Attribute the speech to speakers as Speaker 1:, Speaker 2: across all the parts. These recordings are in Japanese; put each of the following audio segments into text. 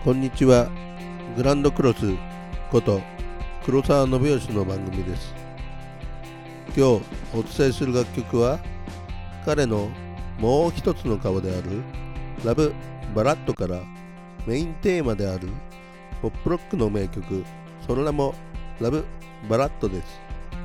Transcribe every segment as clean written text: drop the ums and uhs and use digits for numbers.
Speaker 1: こんにちは。グランドクロスこと黒沢信義の番組です。今日お伝えする楽曲は彼のもう一つの顔であるラブバラッドからメインテーマであるポップロックの名曲、その名もラブバラッドです。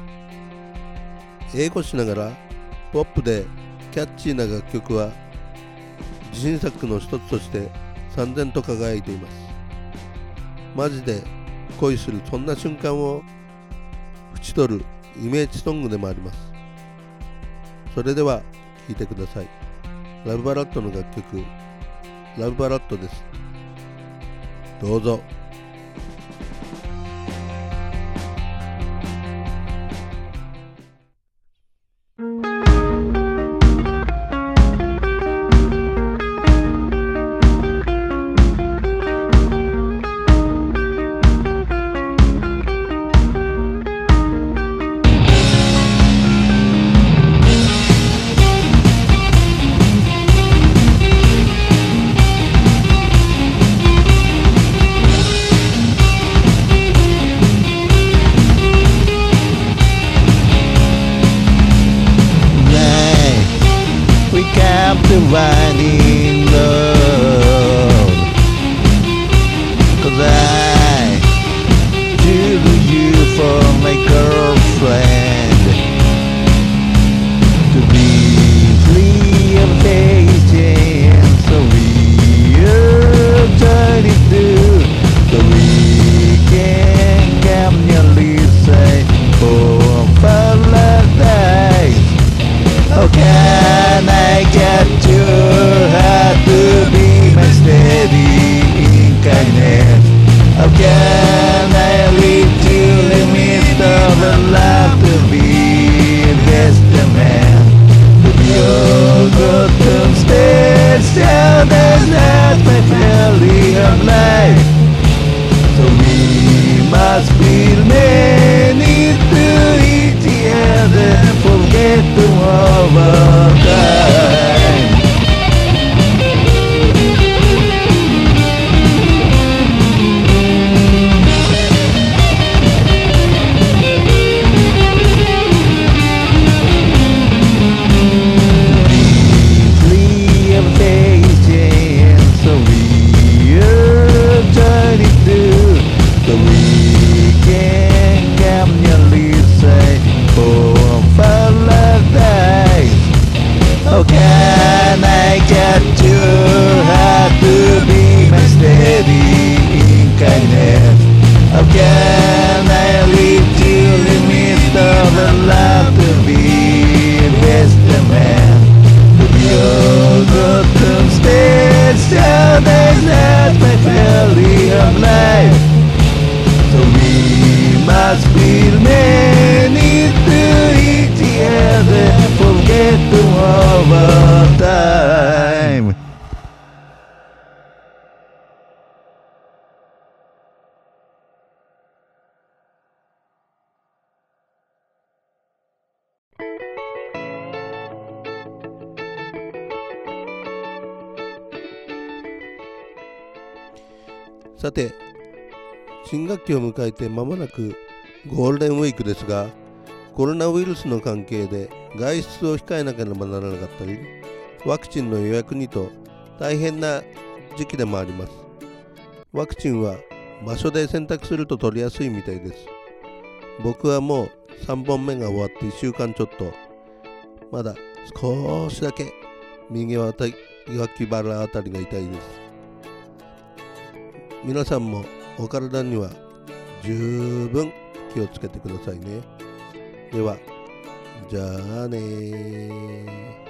Speaker 1: 英語しながらポップでキャッチーな楽曲は自信作の一つとして燦然と輝いています。マジで恋するそんな瞬間を縁取るイメージソングでもあります。それでは聴いてください。ラブバラッドの楽曲、ラブバラッドです。どうぞ。
Speaker 2: Dividing love, 'cause I choose you for my girlfriend, to be free of dating, so we are turning to the weekend, come nearly say for paradise. How can I get your heart to be my steady incarnate? How can I lead to the midst of a love to be best man? To be your bottom stage, still there's not my failure of life. So we must be many to each other, forget the overtime.
Speaker 1: さて、新学期を迎えて間もなくゴールデンウィークですが、コロナウイルスの関係で外出を控えなければならなかったり、ワクチンの予約にと大変な時期でもあります。ワクチンは場所で選択すると取りやすいみたいです。僕はもう3本目が終わって1週間ちょっと、まだ少しだけ右脇腹あたりが痛いです。皆さんもお体には十分気をつけてくださいね。では、じゃあねー。